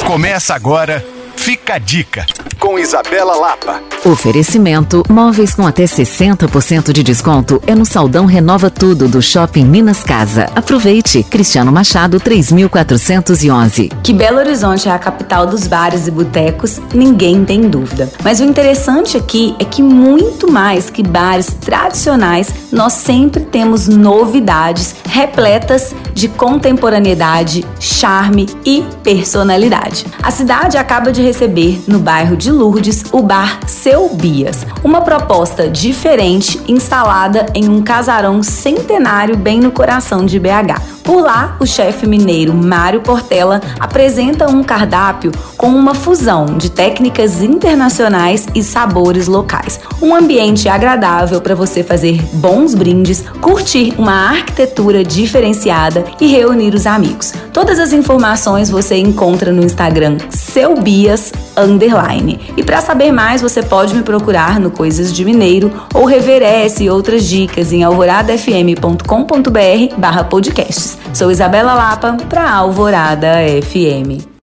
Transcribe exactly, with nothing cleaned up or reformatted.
Começa agora, Fica a Dica, com Isabela Lapa. Oferecimento: móveis com até sessenta por cento de desconto é no Saldão Renova Tudo do Shopping Minas Casa. Aproveite. Cristiano Machado, três mil quatrocentos e onze. Que Belo Horizonte é a capital dos bares e botecos, ninguém tem dúvida. Mas o interessante aqui é que muito mais que bares tradicionais, nós sempre temos novidades repletas de contemporaneidade, charme e personalidade. A cidade acaba de receber, no bairro de Lourdes, o bar Seu Bias, uma proposta diferente instalada em um casarão centenário bem no coração de B H. Por lá, o chefe mineiro Mário Portela apresenta um cardápio com uma fusão de técnicas internacionais e sabores locais. Um ambiente agradável para você fazer bons brindes, curtir uma arquitetura diferenciada e reunir os amigos. Todas as informações você encontra no Instagram Seu Bias underline. E para saber mais, você pode me procurar no Coisas de Mineiro ou rever essa e outras dicas em alvorada f m ponto com ponto b r barra podcasts. Sou Isabela Lapa para Alvorada F M.